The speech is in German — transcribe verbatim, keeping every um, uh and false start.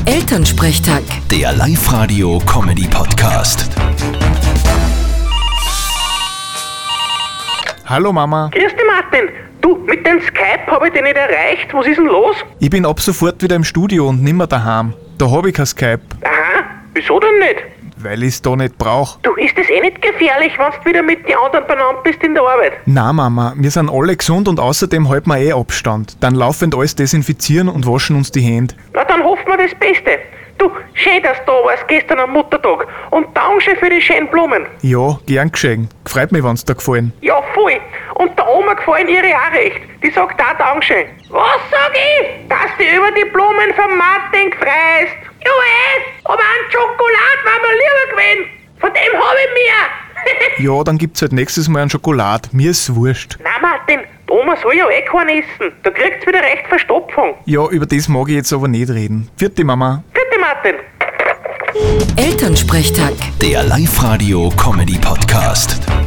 Elternsprechtag. Der Live-Radio-Comedy-Podcast. Hallo Mama, Grüß dich, Martin. Du, mit dem Skype habe ich dich nicht erreicht. Was ist denn los? ich bin ab sofort wieder im Studio und nimmer daheim. Da hab ich kein Skype, Aha, wieso denn nicht? weil ich's da nicht brauch. Du, ist das eh nicht gefährlich, wenn du wieder mit den anderen benannt bist in der Arbeit? Na Mama, wir sind alle gesund und außerdem halten wir eh Abstand. Dann laufend alles desinfizieren und waschen uns die Hände. Na, dann hoffen wir das Beste. Du, schön, dass du da warst gestern am Muttertag. Und danke für die schönen Blumen. Ja, gern geschehen. Gefreut mich, wenn's dir gefallen. Ja, voll. Und der Oma gefallen ihre auch recht. Die sagt auch Dankeschön. Was sag ich? Dass du über die Blumen von Martin gefreust. Ja, eh, aber an Schokolade war mir lieber gewesen. Von dem habe ich mehr. Ja, dann gibt's halt nächstes Mal einen Schokolad. Mir ist wurscht. Na, Martin, die Oma soll ja eh keinen essen. Da kriegt's wieder recht Verstopfung. Ja, über das mag ich jetzt aber nicht reden. Vierte Mama. Bitte, Martin. Elternsprechtag. Der Live-Radio-Comedy-Podcast.